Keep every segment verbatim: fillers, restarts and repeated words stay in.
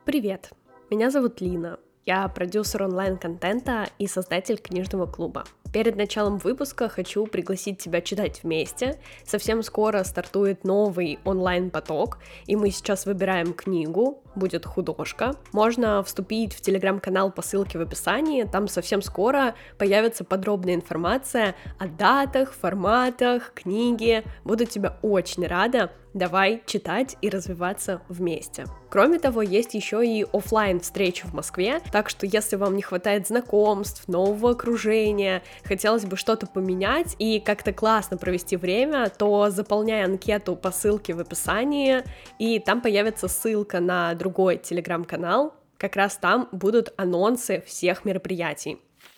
Привет, меня зовут Лина. Я продюсер онлайн-контента и создатель книжного клуба. Перед началом выпуска хочу пригласить тебя читать вместе. Совсем скоро стартует новый онлайн-поток, и мы сейчас выбираем книгу, будет художка. Можно вступить в телеграм-канал по ссылке в описании, там совсем скоро появится подробная информация о датах, форматах, книге. Буду тебя очень рада. Давай читать и развиваться вместе. Кроме того, есть еще и офлайн встречи в Москве, так что если вам не хватает знакомств, нового окружения, хотелось бы что-то поменять и как-то классно провести время, то заполняй анкету по ссылке в описании, и там появится ссылка на другой телеграм-канал, как раз там будут анонсы всех мероприятий.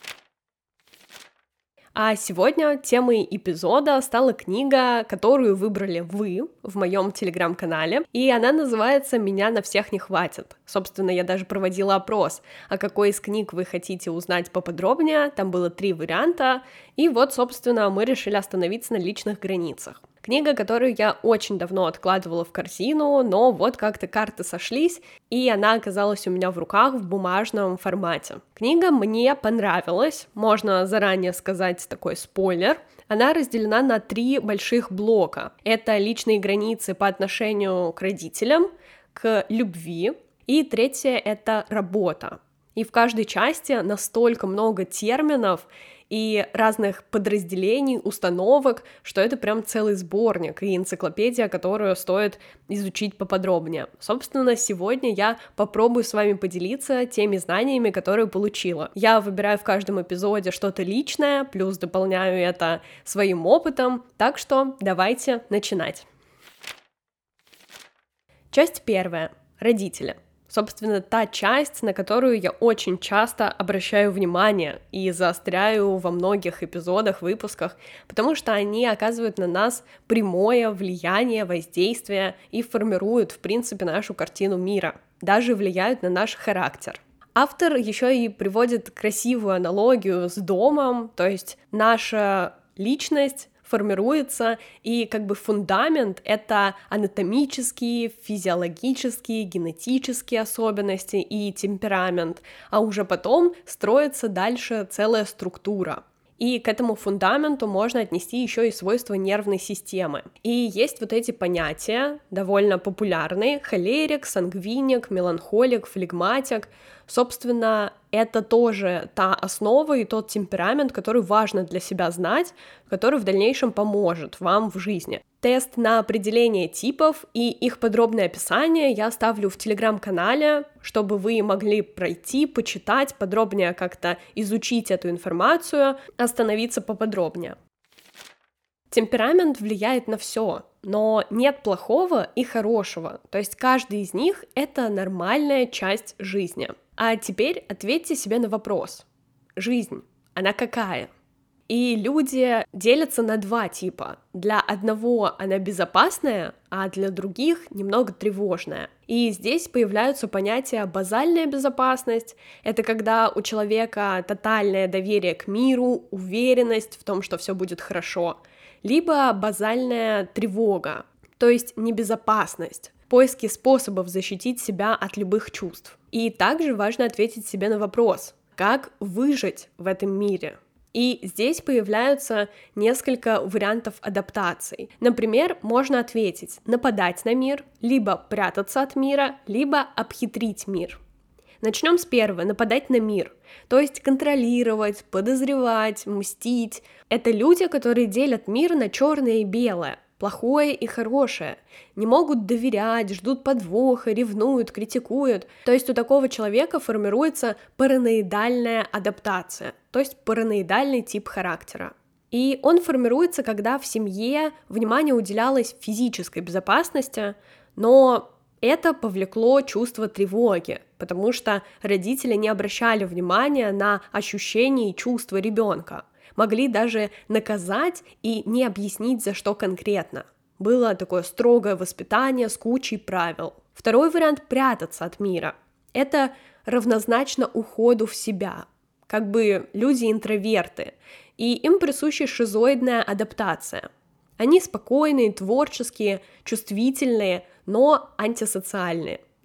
А сегодня темой эпизода стала книга, которую выбрали вы в моем телеграм-канале, и она называется «Меня на всех не хватит». Собственно, я даже проводила опрос, о какой из книг вы хотите узнать поподробнее, там было три варианта, и вот, собственно, мы решили остановиться на личных границах. Книга, которую я очень давно откладывала в корзину, но вот как-то карты сошлись, и она оказалась у меня в руках в бумажном формате. Книга мне понравилась, можно заранее сказать такой спойлер. Она разделена на три больших блока. Это личные границы по отношению к родителям, к любви, и третье — это работа. И в каждой части настолько много терминов и разных подразделений, установок, что это прям целый сборник и энциклопедия, которую стоит изучить поподробнее. Собственно, сегодня я попробую с вами поделиться теми знаниями, которые получила. Я выбираю в каждом эпизоде что-то личное, плюс дополняю это своим опытом, так что давайте начинать. Часть первая. Родители. Собственно, та часть, на которую я очень часто обращаю внимание и заостряю во многих эпизодах, выпусках, потому что они оказывают на нас прямое влияние, воздействие и формируют, в принципе, нашу картину мира, даже влияют на наш характер. Автор еще и приводит красивую аналогию с домом, то есть наша личность формируется, и как бы фундамент — это анатомические, физиологические, генетические особенности и темперамент, а уже потом строится дальше целая структура. И к этому фундаменту можно отнести еще и свойства нервной системы. И есть вот эти понятия, довольно популярные: холерик, сангвиник, меланхолик, флегматик. Собственно, это тоже та основа и тот темперамент, который важно для себя знать, который в дальнейшем поможет вам в жизни. Тест на определение типов и их подробное описание я оставлю в телеграм-канале, чтобы вы могли пройти, почитать, подробнее как-то изучить эту информацию, остановиться поподробнее. Темперамент влияет на все, но нет плохого и хорошего, то есть каждый из них — это нормальная часть жизни. А теперь ответьте себе на вопрос: жизнь, она какая? И люди делятся на два типа. Для одного она безопасная, а для других немного тревожная. И здесь появляются понятия базальная безопасность. Это когда у человека тотальное доверие к миру, уверенность в том, что все будет хорошо. Либо базальная тревога, то есть небезопасность, поиски способов защитить себя от любых чувств. И также важно ответить себе на вопрос: как выжить в этом мире? И здесь появляются несколько вариантов адаптаций. Например, можно ответить: нападать на мир, либо прятаться от мира, либо обхитрить мир. Начнем с первого: нападать на мир, то есть контролировать, подозревать, мстить. Это люди, которые делят мир на черное и белое, плохое и хорошее, не могут доверять, ждут подвоха, ревнуют, критикуют. То есть у такого человека формируется параноидальная адаптация, то есть параноидальный тип характера. И он формируется, когда в семье внимание уделялось физической безопасности, но это повлекло чувство тревоги, потому что родители не обращали внимания на ощущения и чувства ребенка. Могли даже наказать и не объяснить, за что конкретно. Было такое строгое воспитание с кучей правил. Второй вариант — прятаться от мира. Это равнозначно уходу в себя. Как бы люди интроверты, и им присуща шизоидная адаптация. Они спокойные, творческие, чувствительные, но антисоциальные.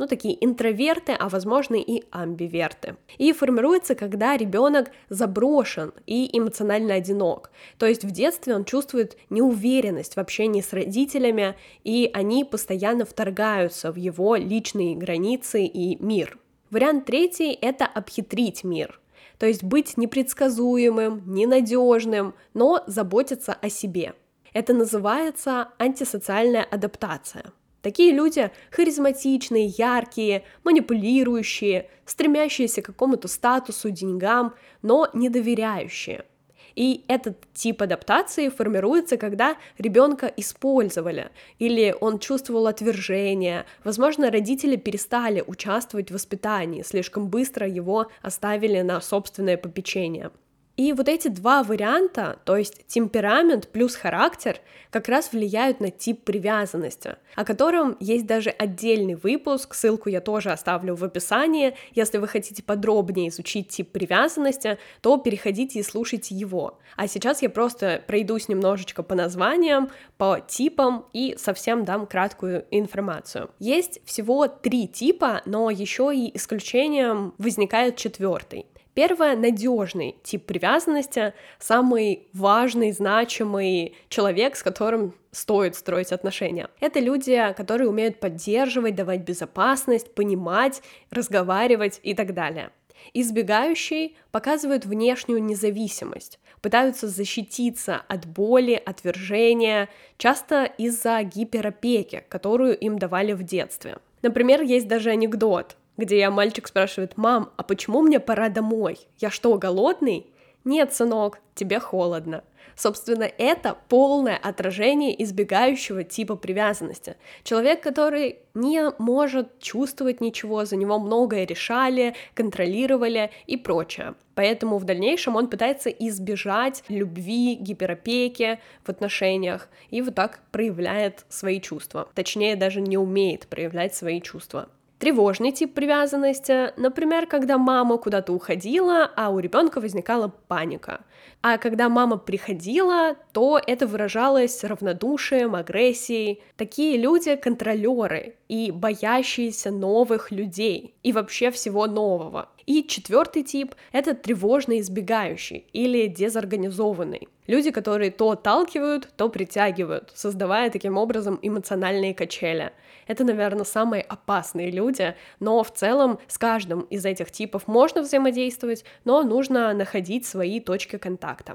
ну, такие интроверты, а возможно и амбиверты. И формируется, когда ребенок заброшен и эмоционально одинок. То есть в детстве он чувствует неуверенность в общении с родителями, и они постоянно вторгаются в его личные границы и мир. Вариант третий — это обхитрить мир. То есть быть непредсказуемым, ненадежным, но заботиться о себе. Это называется антисоциальная адаптация. Такие люди харизматичные, яркие, манипулирующие, стремящиеся к какому-то статусу, деньгам, но недоверяющие. И этот тип адаптации формируется, когда ребенка использовали, или он чувствовал отвержение, возможно, родители перестали участвовать в воспитании, слишком быстро его оставили на собственное попечение. И вот эти два варианта, то есть темперамент плюс характер, как раз влияют на тип привязанности, о котором есть даже отдельный выпуск, ссылку я тоже оставлю в описании. Если вы хотите подробнее изучить тип привязанности, то переходите и слушайте его. А сейчас я просто пройдусь немножечко по названиям, по типам и совсем дам краткую информацию. Есть всего три типа, но еще и исключением возникает четвертый. Первое — надежный тип привязанности, самый важный, значимый человек, с которым стоит строить отношения. Это люди, которые умеют поддерживать, давать безопасность, понимать, разговаривать и так далее. Избегающие показывают внешнюю независимость, пытаются защититься от боли, отвержения, часто из-за гиперопеки, которую им давали в детстве. Например, есть даже анекдот, где мальчик спрашивает: «Мам, а почему мне пора домой? Я что, голодный?» «Нет, сынок, тебе холодно». Собственно, это полное отражение избегающего типа привязанности. Человек, который не может чувствовать ничего, за него многое решали, контролировали и прочее. Поэтому в дальнейшем он пытается избежать любви, гиперопеки в отношениях и вот так проявляет свои чувства. Точнее, даже не умеет проявлять свои чувства. Тревожный тип привязанности, например, когда мама куда-то уходила, а у ребенка возникала паника. А когда мама приходила, то это выражалось равнодушием, агрессией. Такие люди — контролеры и боящиеся новых людей и вообще всего нового. И четвертый тип — это тревожно избегающий или дезорганизованный. Люди, которые то отталкивают, то притягивают, создавая таким образом эмоциональные качели. Это, наверное, самые опасные люди, но в целом с каждым из этих типов можно взаимодействовать, но нужно находить свои точки контакта.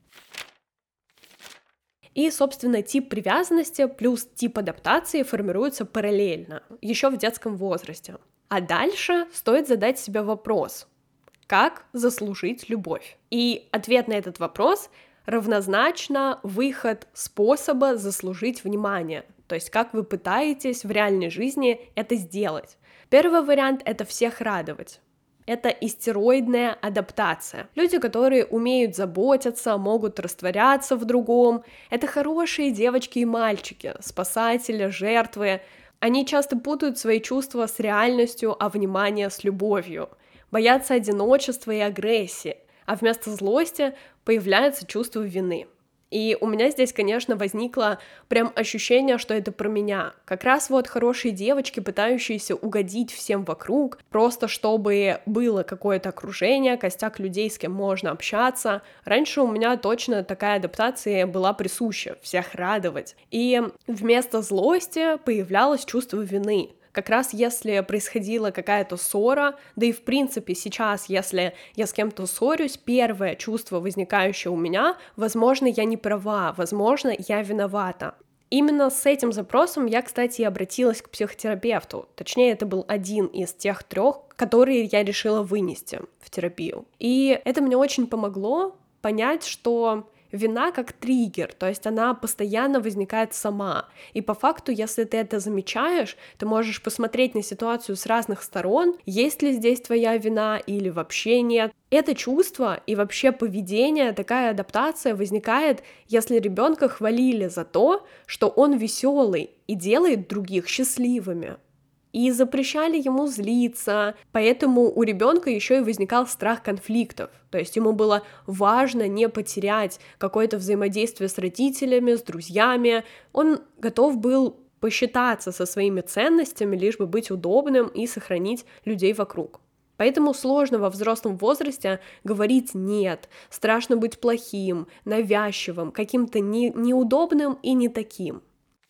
И, собственно, тип привязанности плюс тип адаптации формируются параллельно, еще в детском возрасте. А дальше стоит задать себе вопрос: как заслужить любовь? И ответ на этот вопрос равнозначно выход способа заслужить внимание, то есть как вы пытаетесь в реальной жизни это сделать. Первый вариант — это всех радовать. Это истероидная адаптация. Люди, которые умеют заботиться, могут растворяться в другом. Это хорошие девочки и мальчики, спасатели, жертвы. Они часто путают свои чувства с реальностью, а внимание с любовью. Боятся одиночества и агрессии, а вместо злости появляется чувство вины. И у меня здесь, конечно, возникло прям ощущение, что это про меня. Как раз вот хорошие девочки, пытающиеся угодить всем вокруг, просто чтобы было какое-то окружение, костяк людей, с кем можно общаться. Раньше у меня точно такая адаптация была присуща, всех радовать. И вместо злости появлялось чувство вины. Как раз если происходила какая-то ссора, да и в принципе сейчас, если я с кем-то ссорюсь, первое чувство, возникающее у меня, возможно, я не права, возможно, я виновата. Именно с этим запросом я, кстати, и обратилась к психотерапевту. Точнее, это был один из тех трех, которые я решила вынести в терапию. И это мне очень помогло понять, что вина как триггер, то есть она постоянно возникает сама. И по факту, если ты это замечаешь, ты можешь посмотреть на ситуацию с разных сторон, есть ли здесь твоя вина или вообще нет. Это чувство и вообще поведение, такая адаптация возникает, если ребенка хвалили за то, что он веселый и делает других счастливыми. И запрещали ему злиться, поэтому у ребенка еще и возникал страх конфликтов, то есть ему было важно не потерять какое-то взаимодействие с родителями, с друзьями, он готов был посчитаться со своими ценностями, лишь бы быть удобным и сохранить людей вокруг. Поэтому сложно во взрослом возрасте говорить «нет», страшно быть плохим, навязчивым, каким-то не, неудобным и не таким.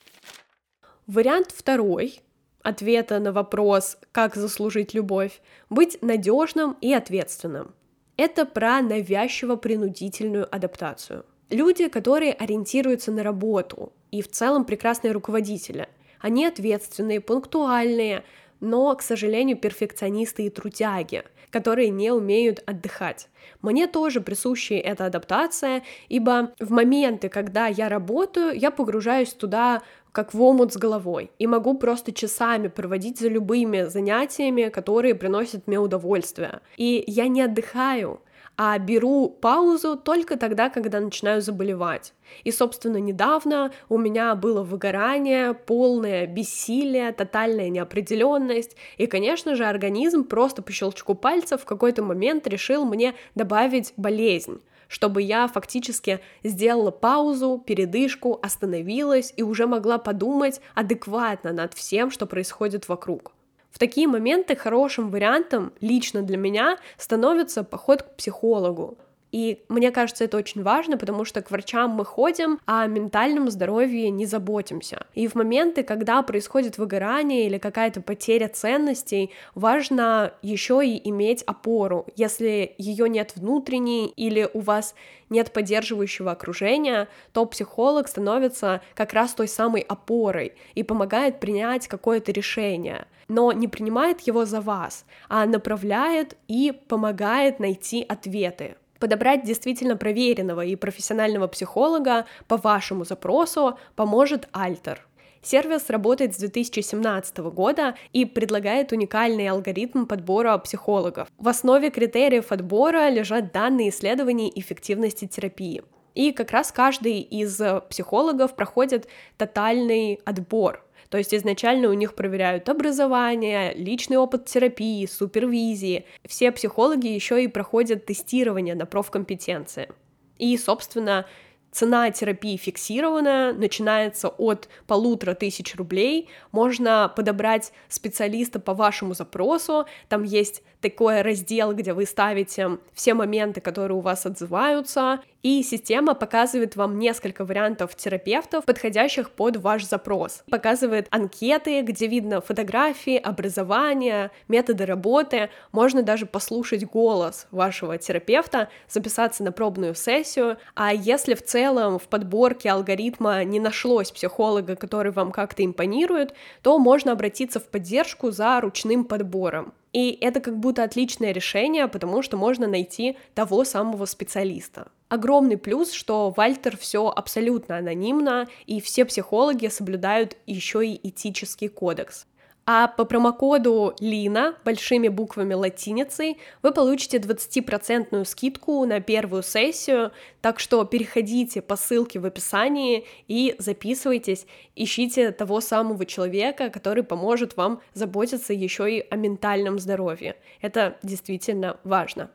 Вариант второй ответа на вопрос «как заслужить любовь» — быть надежным и ответственным. Это про навязчиво-принудительную адаптацию. Люди, которые ориентируются на работу и в целом прекрасные руководители, они ответственные, пунктуальные, но, к сожалению, перфекционисты и трудяги, которые не умеют отдыхать. Мне тоже присуща эта адаптация, ибо в моменты, когда я работаю, я погружаюсь туда как в омут с головой, и могу просто часами проводить за любыми занятиями, которые приносят мне удовольствие. И я не отдыхаю, а беру паузу только тогда, когда начинаю заболевать. И, собственно, недавно у меня было выгорание, полное бессилие, тотальная неопределенность, и, конечно же, организм просто по щелчку пальцев в какой-то момент решил мне добавить болезнь, чтобы я фактически сделала паузу, передышку, остановилась и уже могла подумать адекватно над всем, что происходит вокруг. В такие моменты хорошим вариантом лично для меня становится поход к психологу. И мне кажется, это очень важно, потому что к врачам мы ходим, а о ментальном здоровье не заботимся. И в моменты, когда происходит выгорание или какая-то потеря ценностей, важно еще и иметь опору. Если ее нет внутренней или у вас нет поддерживающего окружения, то психолог становится как раз той самой опорой и помогает принять какое-то решение, но не принимает его за вас, а направляет и помогает найти ответы. Подобрать действительно проверенного и профессионального психолога по вашему запросу поможет Альтер. Сервис работает с две тысячи семнадцатого года и предлагает уникальный алгоритм подбора психологов. В основе критериев отбора лежат данные исследований эффективности терапии. И как раз каждый из психологов проходит тотальный отбор. То есть изначально у них проверяют образование, личный опыт терапии, супервизии. Все психологи еще и проходят тестирование на профкомпетенции. И, собственно, цена терапии фиксирована, начинается от полутора тысяч рублей, можно подобрать специалиста по вашему запросу, там есть такой раздел, где вы ставите все моменты, которые у вас отзываются, и система показывает вам несколько вариантов терапевтов, подходящих под ваш запрос. Показывает анкеты, где видно фотографии, образование, методы работы, можно даже послушать голос вашего терапевта, записаться на пробную сессию, а если в целом в подборке алгоритма не нашлось психолога, который вам как-то импонирует, то можно обратиться в поддержку за ручным подбором. И это как будто отличное решение, потому что можно найти того самого специалиста. Огромный плюс, что в Альтер все абсолютно анонимно, и все психологи соблюдают еще и этический кодекс. А по промокоду Лина, большими буквами латиницей, вы получите двадцатипроцентную скидку на первую сессию, так что переходите по ссылке в описании и записывайтесь, ищите того самого человека, который поможет вам заботиться еще и о ментальном здоровье. Это действительно важно.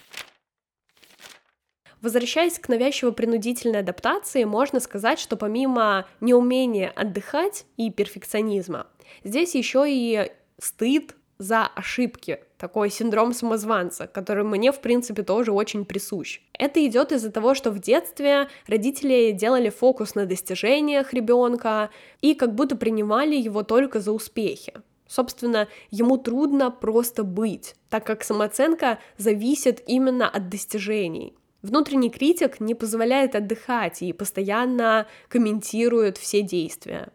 Возвращаясь к навязчиво-принудительной адаптации, можно сказать, что помимо неумения отдыхать и перфекционизма, здесь еще и стыд за ошибки, такой синдром самозванца, который мне, в принципе, тоже очень присущ. Это идет из-за того, что в детстве родители делали фокус на достижениях ребенка и как будто принимали его только за успехи. Собственно, ему трудно просто быть, так как самооценка зависит именно от достижений. Внутренний критик не позволяет отдыхать и постоянно комментирует все действия.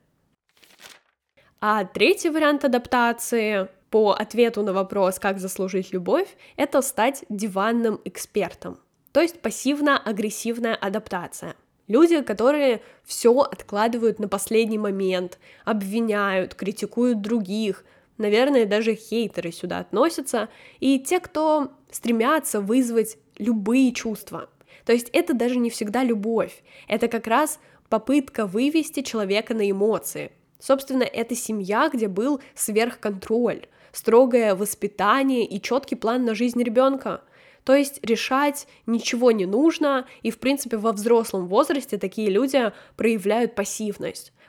А третий вариант адаптации по ответу на вопрос «как заслужить любовь» — это стать диванным экспертом, то есть пассивно-агрессивная адаптация. Люди, которые все откладывают на последний момент, обвиняют, критикуют других, наверное, даже хейтеры сюда относятся, и те, кто стремятся вызвать любые чувства. То есть это даже не всегда любовь, это как раз попытка вывести человека на эмоции. Собственно, это семья, где был сверхконтроль, строгое воспитание и четкий план на жизнь ребенка. То есть решать ничего не нужно, и, в принципе, во взрослом возрасте такие люди проявляют пассивность.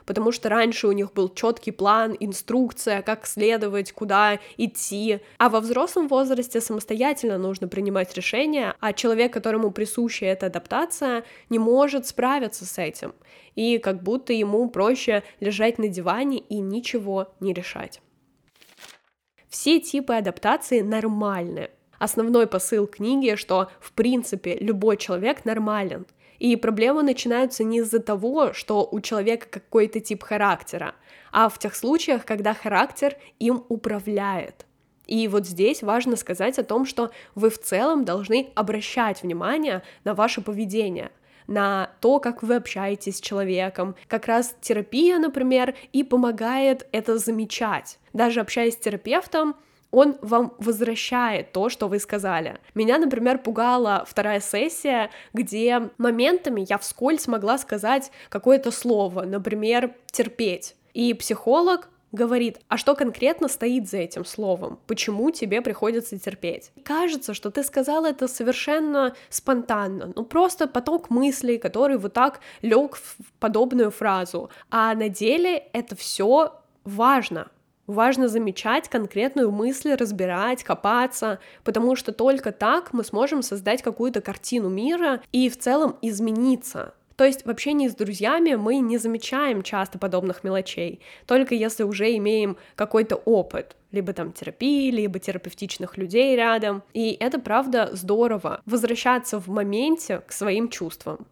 потому что раньше у них был четкий план, инструкция, как следовать, куда идти, а во взрослом возрасте самостоятельно нужно принимать решения, а человек, которому присуща эта адаптация, не может справиться с этим, и как будто ему проще лежать на диване и ничего не решать. Все типы адаптации нормальны. Основной посыл книги, что, в принципе, любой человек нормален, и проблемы начинаются не из-за того, что у человека какой-то тип характера, а в тех случаях, когда характер им управляет. И вот здесь важно сказать о том, что вы в целом должны обращать внимание на ваше поведение, на то, как вы общаетесь с человеком. Как раз терапия, например, и помогает это замечать. Даже общаясь с терапевтом, он вам возвращает то, что вы сказали. Меня, например, пугала вторая сессия, где моментами я вскользь могла сказать какое-то слово, например, «терпеть». И психолог говорит, а что конкретно стоит за этим словом? Почему тебе приходится терпеть? Кажется, что ты сказал это совершенно спонтанно, ну просто поток мыслей, который вот так лег в подобную фразу. А на деле это все важно. Важно замечать конкретную мысль, разбирать, копаться, потому что только так мы сможем создать какую-то картину мира и в целом измениться. То есть в общении с друзьями мы не замечаем часто подобных мелочей, только если уже имеем какой-то опыт, либо там терапии, либо терапевтичных людей рядом. И это, правда, здорово, возвращаться в моменте к своим чувствам.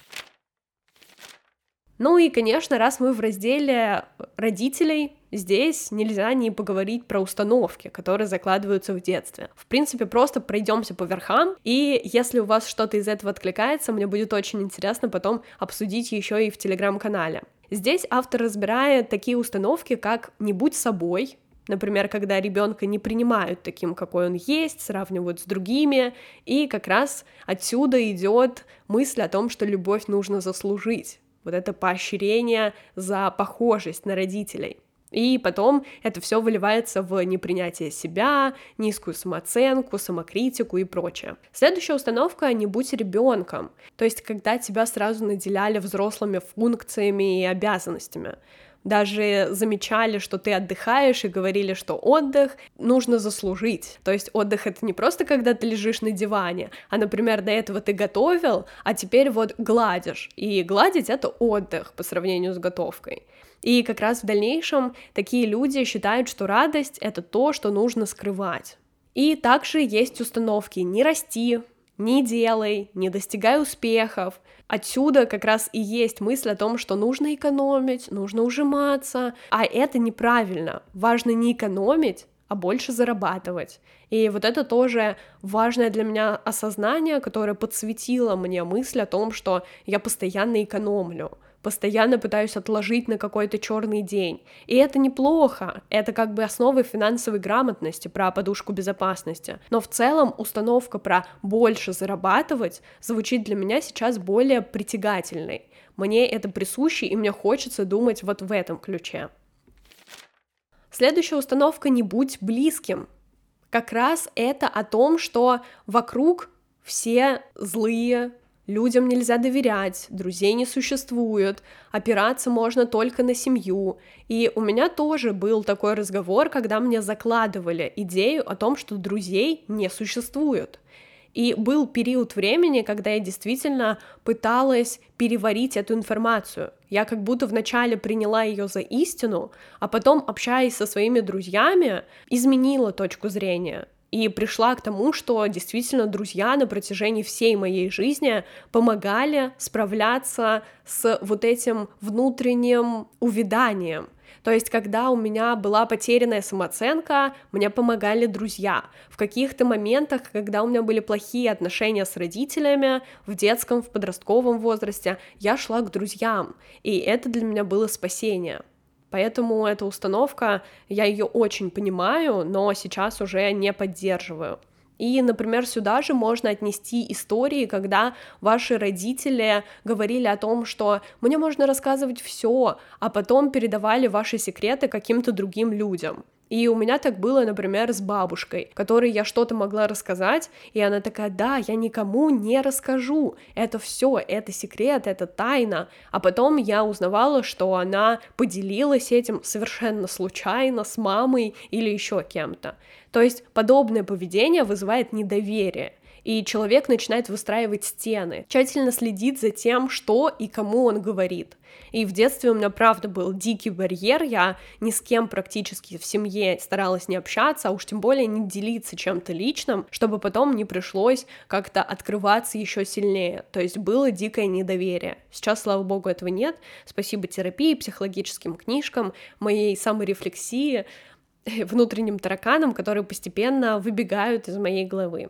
Ну и, конечно, раз мы в разделе родителей, здесь нельзя не поговорить про установки, которые закладываются в детстве. В принципе, просто пройдемся по верхам, и если у вас что-то из этого откликается, мне будет очень интересно потом обсудить еще и в телеграм-канале. Здесь автор разбирает такие установки, как «не будь собой», например, когда ребенка не принимают таким, какой он есть, сравнивают с другими, и как раз отсюда идет мысль о том, что любовь нужно заслужить. Вот это поощрение за похожесть на родителей. И потом это все выливается в непринятие себя, низкую самооценку, самокритику и прочее. Следующая установка — не будь ребенком, то есть когда тебя сразу наделяли взрослыми функциями и обязанностями. Даже замечали, что ты отдыхаешь, и говорили, что отдых нужно заслужить. То есть отдых — это не просто когда ты лежишь на диване, а, например, до этого ты готовил, а теперь вот гладишь. И гладить — это отдых по сравнению с готовкой. И как раз в дальнейшем такие люди считают, что радость — это то, что нужно скрывать. И также есть установки «не расти», «не делай», «не достигай успехов». Отсюда как раз и есть мысль о том, что нужно экономить, нужно ужиматься, а это неправильно. Важно не экономить, а больше зарабатывать. И вот это тоже важное для меня осознание, которое подсветило мне мысль о том, что я постоянно экономлю, постоянно пытаюсь отложить на какой-то черный день. И это неплохо, это как бы основы финансовой грамотности, про подушку безопасности. Но в целом установка про больше зарабатывать звучит для меня сейчас более притягательной. Мне это присуще, и мне хочется думать вот в этом ключе. Следующая установка — не будь близким. Как раз это о том, что вокруг все злые, людям нельзя доверять, друзей не существует, опираться можно только на семью. И у меня тоже был такой разговор, когда мне закладывали идею о том, что друзей не существует. И был период времени, когда я действительно пыталась переварить эту информацию. Я как будто вначале приняла ее за истину, а потом, общаясь со своими друзьями, изменила точку зрения. И пришла к тому, что действительно друзья на протяжении всей моей жизни помогали справляться с вот этим внутренним увяданием. То есть, когда у меня была потерянная самооценка, мне помогали друзья. В каких-то моментах, когда у меня были плохие отношения с родителями, в детском, в подростковом возрасте, я шла к друзьям, и это для меня было спасение. Поэтому эта установка, я ее очень понимаю, но сейчас уже не поддерживаю. И, например, сюда же можно отнести истории, когда ваши родители говорили о том, что мне можно рассказывать все, а потом передавали ваши секреты каким-то другим людям. И у меня так было, например, с бабушкой, которой я что-то могла рассказать, и она такая: да, я никому не расскажу, это все, это секрет, это тайна. А потом я узнавала, что она поделилась этим совершенно случайно с мамой или еще кем-то. То есть подобное поведение вызывает недоверие, и человек начинает выстраивать стены, тщательно следит за тем, что и кому он говорит. И в детстве у меня, правда, был дикий барьер, я ни с кем практически в семье старалась не общаться, а уж тем более не делиться чем-то личным, чтобы потом не пришлось как-то открываться еще сильнее. То есть было дикое недоверие. Сейчас, слава богу, этого нет. Спасибо терапии, психологическим книжкам, моей саморефлексии, внутренним тараканам, которые постепенно выбегают из моей головы.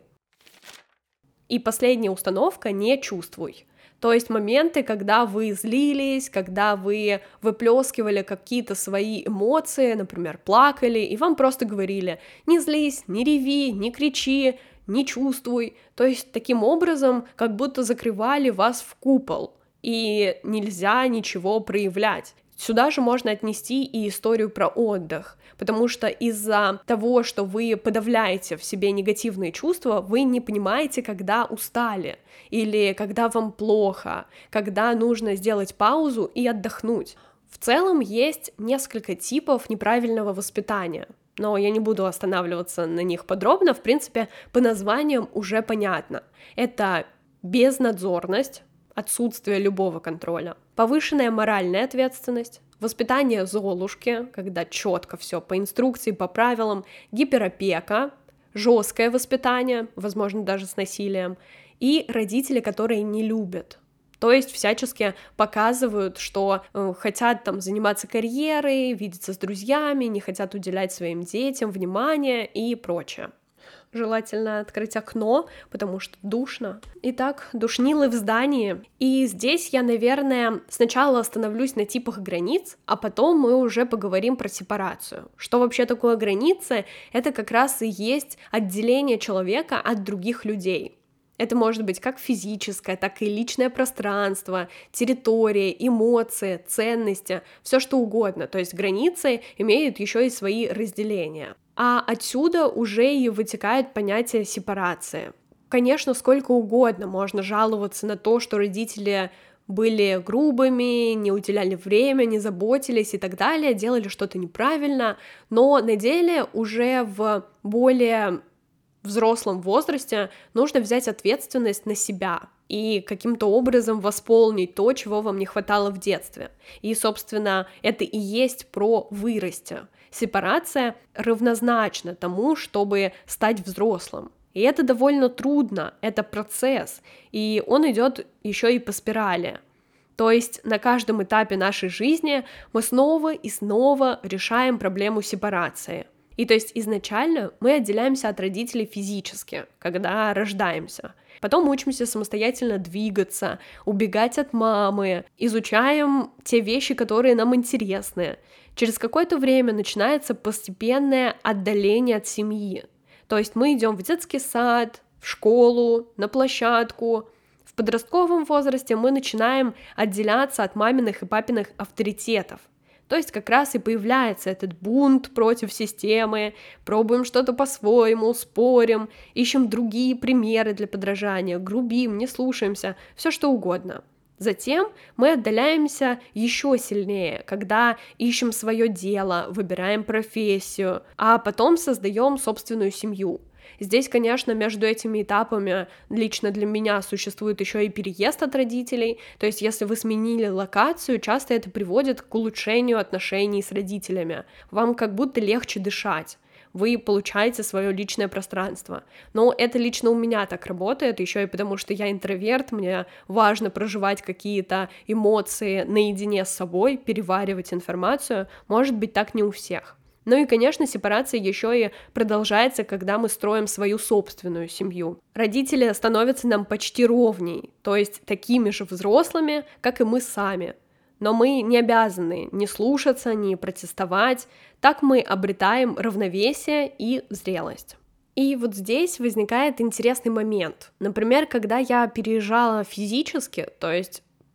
И последняя установка — не чувствуй. То есть моменты, когда вы злились, когда вы выплескивали какие-то свои эмоции, например, плакали, и вам просто говорили: не злись, не реви, не кричи, не чувствуй. То есть таким образом как будто закрывали вас в купол, и нельзя ничего проявлять. Сюда же можно отнести и историю про отдых, потому что из-за того, что вы подавляете в себе негативные чувства, вы не понимаете, когда устали, или когда вам плохо, когда нужно сделать паузу и отдохнуть. В целом есть несколько типов неправильного воспитания, но я не буду останавливаться на них подробно, в принципе, по названиям уже понятно. Это безнадзорность, отсутствие любого контроля, повышенная моральная ответственность, воспитание Золушки, когда четко все по инструкции, по правилам, гиперопека, жесткое воспитание, возможно, даже с насилием, и родители, которые не любят. То есть всячески показывают, что э, хотят там заниматься карьерой, видеться с друзьями, не хотят уделять своим детям внимание и прочее. Желательно открыть окно, потому что душно. Итак, душнилы в здании. И здесь я, наверное, сначала остановлюсь на типах границ, а потом мы уже поговорим про сепарацию. Что вообще такое границы? Это как раз и есть отделение человека от других людей. Это может быть как физическое, так и личное пространство, территория, эмоции, ценности, все что угодно. То есть границы имеют еще и свои разделения. А отсюда уже и вытекает понятие сепарации. Конечно, сколько угодно можно жаловаться на то, что родители были грубыми, не уделяли время, не заботились и так далее, делали что-то неправильно, но на деле уже в более взрослом возрасте нужно взять ответственность на себя и каким-то образом восполнить то, чего вам не хватало в детстве. И, собственно, это и есть про вырасти. Сепарация равнозначна тому, чтобы стать взрослым. И это довольно трудно, это процесс, и он идет еще и по спирали. То есть на каждом этапе нашей жизни мы снова и снова решаем проблему сепарации. И то есть изначально мы отделяемся от родителей физически, когда рождаемся. Потом учимся самостоятельно двигаться, убегать от мамы, изучаем те вещи, которые нам интересны. Через какое-то время начинается постепенное отдаление от семьи. То есть мы идем в детский сад, в школу, на площадку. В подростковом возрасте мы начинаем отделяться от маминых и папиных авторитетов. То есть как раз и появляется этот бунт против системы, пробуем что-то по-своему, спорим, ищем другие примеры для подражания, грубим, не слушаемся, все что угодно. Затем мы отдаляемся еще сильнее, когда ищем свое дело, выбираем профессию, а потом создаем собственную семью. Здесь, конечно, между этими этапами лично для меня существует еще и переезд от родителей, то есть если вы сменили локацию, часто это приводит к улучшению отношений с родителями, вам как будто легче дышать. Вы получаете свое личное пространство. Но это лично у меня так работает, еще и потому, что я интроверт, мне важно проживать какие-то эмоции наедине с собой, переваривать информацию, может быть, так не у всех. Ну и, конечно, сепарация еще и продолжается, когда мы строим свою собственную семью. Родители становятся нам почти ровней, то есть такими же взрослыми, как и мы сами. Но мы не обязаны ни слушаться, ни протестовать, так мы обретаем равновесие и зрелость. И вот здесь возникает интересный момент. Например, когда я переезжала физически, то есть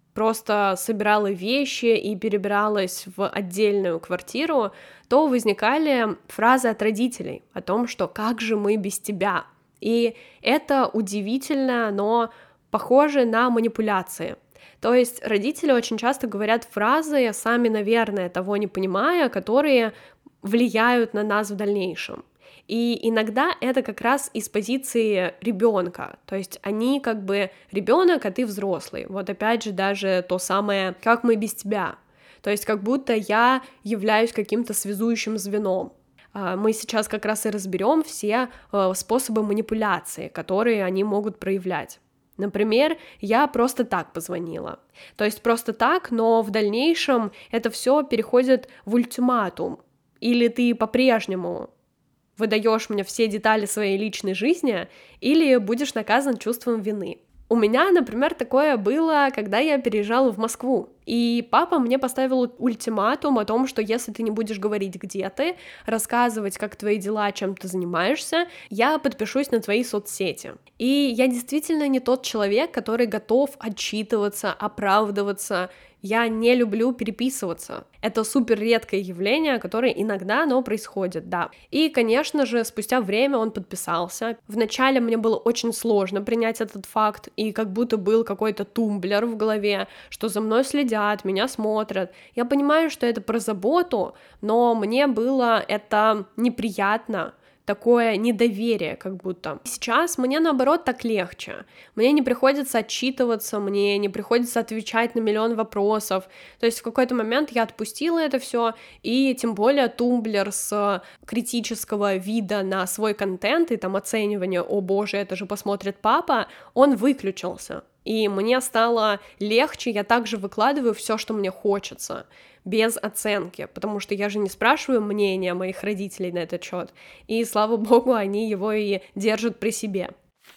просто собирала вещи и перебиралась в отдельную квартиру, то возникали фразы от родителей о том, что «как же мы без тебя?». И это удивительно, но похоже на манипуляции. То есть родители очень часто говорят фразы, сами, наверное, того не понимая, которые влияют на нас в дальнейшем. И иногда это как раз из позиции ребенка, то есть они как бы ребенок, а ты взрослый. Вот опять же даже то самое «как мы без тебя?». То есть как будто я являюсь каким-то связующим звеном. Мы сейчас как раз и разберем все способы манипуляции, которые они могут проявлять. Например, я просто так позвонила. То есть просто так, но в дальнейшем это все переходит в ультиматум. Или ты по-прежнему выдаешь мне все детали своей личной жизни, или будешь наказан чувством вины. У меня, например, такое было, когда я переезжала в Москву, и папа мне поставил ультиматум о том, что если ты не будешь говорить, где ты, рассказывать, как твои дела, чем ты занимаешься, я подпишусь на твои соцсети. И я действительно не тот человек, который готов отчитываться, оправдываться. Я не люблю переписываться. Это супер редкое явление, которое иногда, но происходит, да. И, конечно же, спустя время он подписался. Вначале мне было очень сложно принять этот факт, и как будто был какой-то тумблер в голове, что за мной следят, меня смотрят. Я понимаю, что это про заботу, но мне было это неприятно, такое недоверие как будто. Сейчас мне, наоборот, так легче. Мне не приходится отчитываться, мне не приходится отвечать на миллион вопросов. То есть в какой-то момент я отпустила это все, и тем более тумблер с критического вида на свой контент и там оценивание, о боже, это же посмотрит папа, он выключился. И мне стало легче, я также выкладываю все, что мне хочется, без оценки, потому что я же не спрашиваю мнения моих родителей на этот счет, и, слава богу, они его и держат при себе.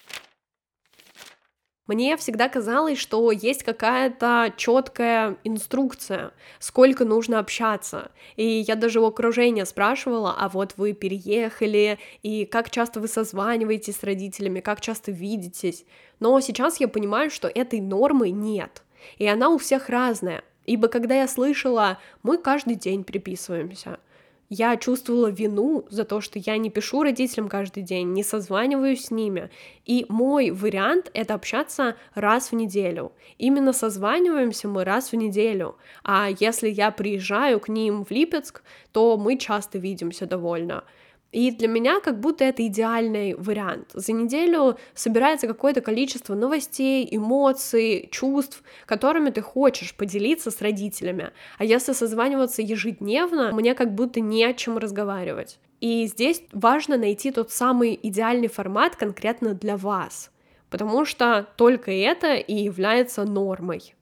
Мне всегда казалось, что есть какая-то четкая инструкция, сколько нужно общаться. И я даже у окружения спрашивала, а вот вы переехали, и как часто вы созваниваетесь с родителями, как часто видитесь. Но сейчас я понимаю, что этой нормы нет, и она у всех разная. Ибо когда я слышала, мы каждый день переписываемся, я чувствовала вину за то, что я не пишу родителям каждый день, не созваниваюсь с ними. И мой вариант — это общаться раз в неделю. Именно созваниваемся мы раз в неделю. А если я приезжаю к ним в Липецк, то мы часто видимся довольно. И для меня как будто это идеальный вариант. За неделю собирается какое-то количество новостей, эмоций, чувств, которыми ты хочешь поделиться с родителями. А если созваниваться ежедневно, мне как будто не о чем разговаривать. И здесь важно найти тот самый идеальный формат конкретно для вас, потому что только это и является нормой.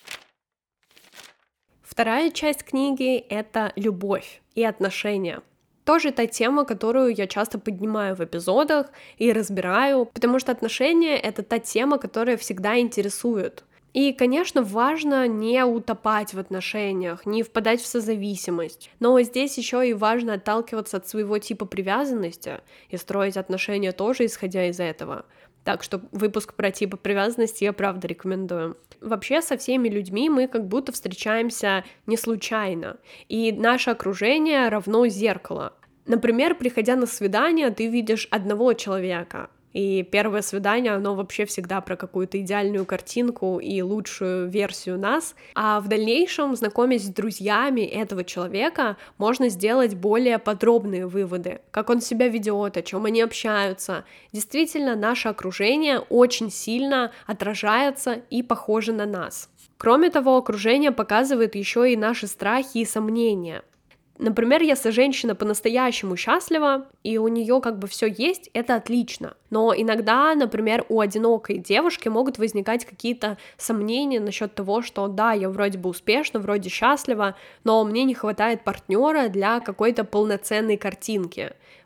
Вторая часть книги — это любовь и отношения. Тоже та тема, которую я часто поднимаю в эпизодах и разбираю, потому что отношения — это та тема, которая всегда интересует. И, конечно, важно не утопать в отношениях, не впадать в созависимость, но здесь еще и важно отталкиваться от своего типа привязанности и строить отношения тоже исходя из этого. Так что выпуск про типы привязанности я правда рекомендую. Вообще со всеми людьми мы как будто встречаемся не случайно, и наше окружение равно зеркало. Например, приходя на свидание, ты видишь одного человека, и первое свидание, оно вообще всегда про какую-то идеальную картинку и лучшую версию нас, а в дальнейшем, знакомясь с друзьями этого человека, можно сделать более подробные выводы, как он себя ведет, о чем они общаются. Действительно, наше окружение очень сильно отражается и похоже на нас. Кроме того, окружение показывает еще и наши страхи и сомнения. Например, если женщина по-настоящему счастлива, и у нее как бы все есть, это отлично. Но иногда, например, у одинокой девушки могут возникать какие-то сомнения насчет того, что да, я вроде бы успешна, вроде счастлива, но мне не хватает партнера для какой-то полноценной картинки.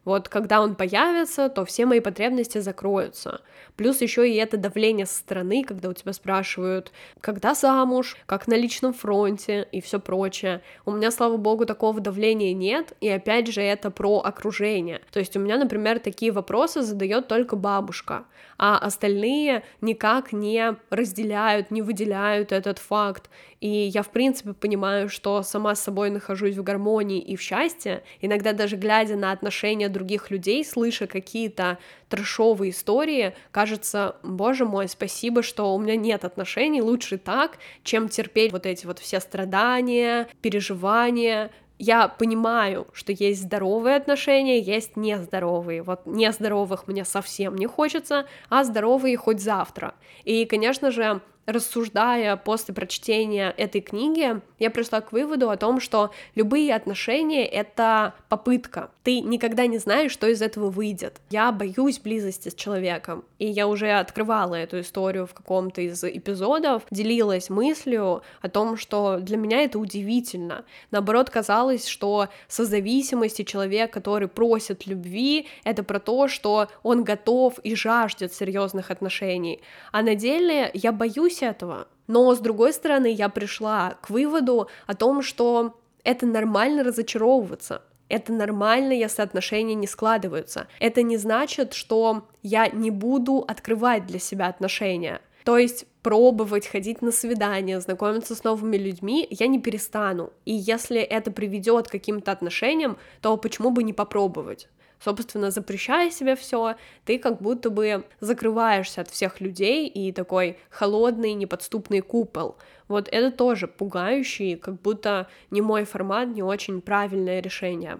Вот когда он появится, то все мои потребности закроются. Плюс еще и это давление со стороны, когда у тебя спрашивают, когда замуж, как на личном фронте и все прочее. У меня, слава богу, такого давления нет, и опять же это про окружение. То есть у меня, например, такие вопросы задает только бабушка, а остальные никак не разделяют, не выделяют этот факт. И я, в принципе, понимаю, что сама с собой нахожусь в гармонии и в счастье, иногда даже глядя на отношения других людей, слыша какие-то трэшовые истории, кажется, боже мой, спасибо, что у меня нет отношений, лучше так, чем терпеть вот эти вот все страдания, переживания. Я понимаю, что есть здоровые отношения, есть нездоровые. Вот нездоровых мне совсем не хочется, а здоровые хоть завтра. И, конечно же, рассуждая после прочтения этой книги, я пришла к выводу о том, что любые отношения — это попытка. Ты никогда не знаешь, что из этого выйдет. Я боюсь близости с человеком, и я уже открывала эту историю в каком-то из эпизодов, делилась мыслью о том, что для меня это удивительно. Наоборот, казалось, что созависимость и человек, который просит любви, это про то, что он готов и жаждет серьезных отношений. А на деле я боюсь этого. Но, с другой стороны, я пришла к выводу о том, что это нормально разочаровываться. Это нормально, если отношения не складываются. Это не значит, что я не буду открывать для себя отношения. То есть пробовать, ходить на свидания, знакомиться с новыми людьми я не перестану. И если это приведет к каким-то отношениям, то почему бы не попробовать? Собственно, запрещая себе все, ты как будто бы закрываешься от всех людей, и такой холодный, неподступный купол. Вот это тоже пугающий, как будто не мой формат, не очень правильное решение.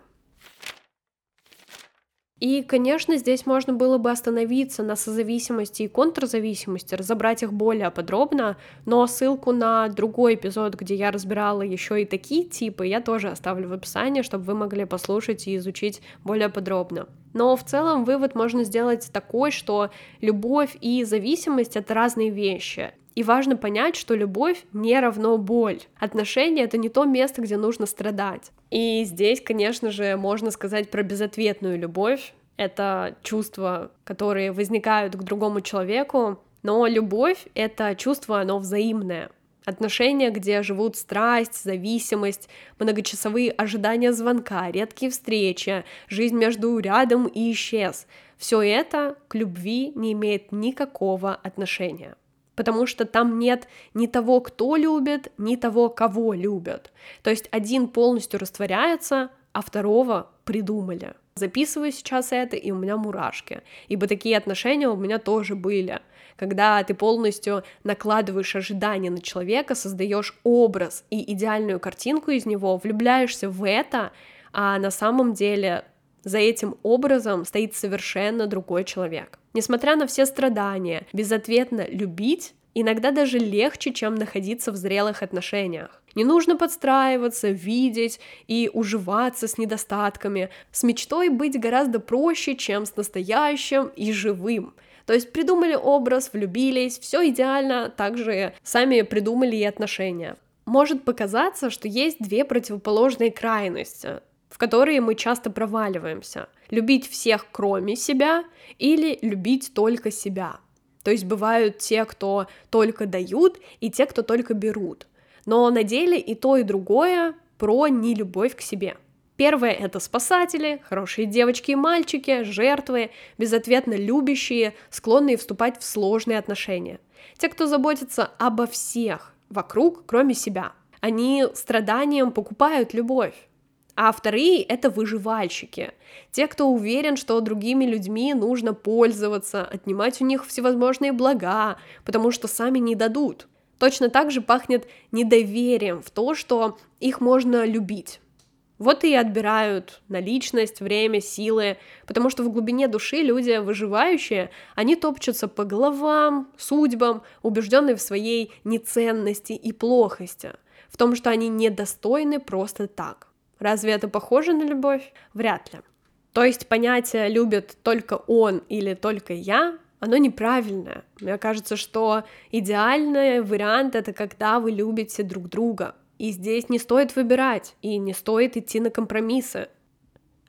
И, конечно, здесь можно было бы остановиться на созависимости и контрзависимости, разобрать их более подробно, но ссылку на другой эпизод, где я разбирала еще и такие типы, я тоже оставлю в описании, чтобы вы могли послушать и изучить более подробно. Но в целом вывод можно сделать такой, что любовь и зависимость — это разные вещи. И важно понять, что любовь не равно боль. Отношения — это не то место, где нужно страдать. И здесь, конечно же, можно сказать про безответную любовь. Это чувства, которые возникают к другому человеку, но любовь — это чувство, оно взаимное. Отношения, где живут страсть, зависимость, многочасовые ожидания звонка, редкие встречи, жизнь между рядом и исчез. Все это к любви не имеет никакого отношения. Потому что там нет ни того, кто любит, ни того, кого любят. То есть один полностью растворяется, а второго придумали. Записываю сейчас это, и у меня мурашки. Ибо такие отношения у меня тоже были. Когда ты полностью накладываешь ожидания на человека, создаешь образ и идеальную картинку из него, влюбляешься в это, а на самом деле за этим образом стоит совершенно другой человек. Несмотря на все страдания, безответно любить иногда даже легче, чем находиться в зрелых отношениях. Не нужно подстраиваться, видеть и уживаться с недостатками. С мечтой быть гораздо проще, чем с настоящим и живым. То есть придумали образ, влюбились, все идеально, также сами придумали и отношения. Может показаться, что есть две противоположные крайности, в которые мы часто проваливаемся. Любить всех, кроме себя, или любить только себя. То есть бывают те, кто только дают, и те, кто только берут. Но на деле и то, и другое про нелюбовь к себе. Первое — это спасатели, хорошие девочки и мальчики, жертвы, безответно любящие, склонные вступать в сложные отношения. Те, кто заботится обо всех вокруг, кроме себя. Они страданием покупают любовь. А вторые — это выживальщики. Те, кто уверен, что другими людьми нужно пользоваться, отнимать у них всевозможные блага, потому что сами не дадут. Точно так же пахнет недоверием в то, что их можно любить. Вот и отбирают наличность, время, силы, потому что в глубине души люди выживающие, они топчутся по головам, судьбам, убежденные в своей неценности и плохости, в том, что они недостойны просто так. Разве это похоже на любовь? Вряд ли. То есть понятие «любит только он» или «только я» оно неправильное. Мне кажется, что идеальный вариант — это когда вы любите друг друга. И здесь не стоит выбирать, и не стоит идти на компромиссы.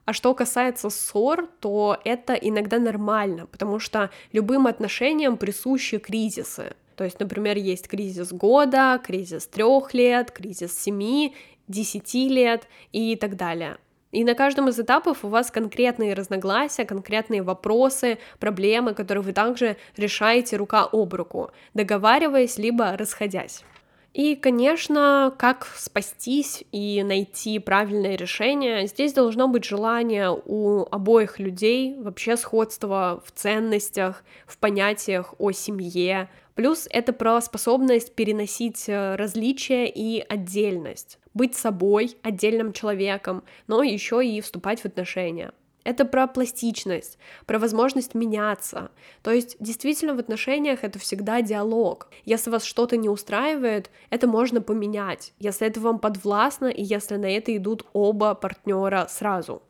А что касается ссор, то это иногда нормально, потому что любым отношениям присущи кризисы. То есть, например, есть кризис года, кризис трех лет, кризис семи, десяти лет и так далее. И на каждом из этапов у вас конкретные разногласия, конкретные вопросы, проблемы, которые вы также решаете рука об руку, договариваясь либо расходясь. И, конечно, как спастись и найти правильное решение, здесь должно быть желание у обоих людей, вообще сходство в ценностях, в понятиях о семье. Плюс это про способность переносить различия и отдельность, быть собой, отдельным человеком, но еще и вступать в отношения. Это про пластичность, про возможность меняться. То есть действительно в отношениях это всегда диалог. Если вас что-то не устраивает, это можно поменять, если это вам подвластно и если на это идут оба партнера сразу.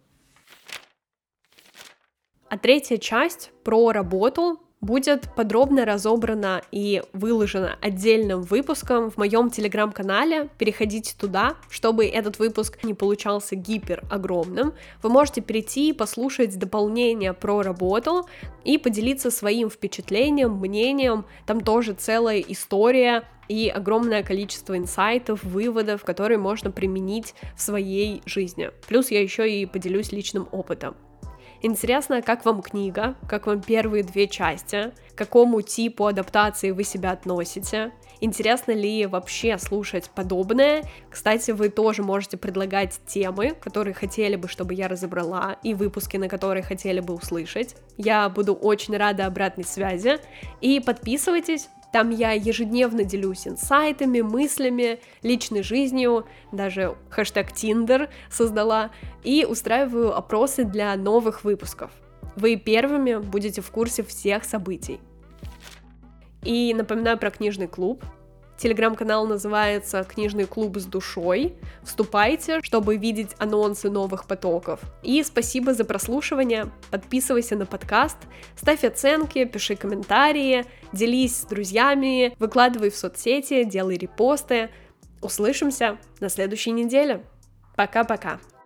А третья часть про работу будет подробно разобрана и выложена отдельным выпуском в моем телеграм-канале. Переходите туда, чтобы этот выпуск не получался гипер огромным. Вы можете перейти и послушать дополнение про работу и поделиться своим впечатлением, мнением. Там тоже целая история и огромное количество инсайтов, выводов, которые можно применить в своей жизни. Плюс я еще и поделюсь личным опытом. Интересно, как вам книга, как вам первые две части, к какому типу адаптации вы себя относите, интересно ли вообще слушать подобное. Кстати, вы тоже можете предлагать темы, которые хотели бы, чтобы я разобрала, и выпуски, на которые хотели бы услышать. Я буду очень рада обратной связи, и подписывайтесь. Там я ежедневно делюсь инсайтами, мыслями, личной жизнью, даже хэштег Тиндер создала, и устраиваю опросы для новых выпусков. Вы первыми будете в курсе всех событий. И напоминаю про книжный клуб. Телеграм-канал называется «Книжный клуб с душой». Вступайте, чтобы видеть анонсы новых потоков. И спасибо за прослушивание. Подписывайся на подкаст, ставь оценки, пиши комментарии, делись с друзьями, выкладывай в соцсети, делай репосты. Услышимся на следующей неделе. Пока-пока.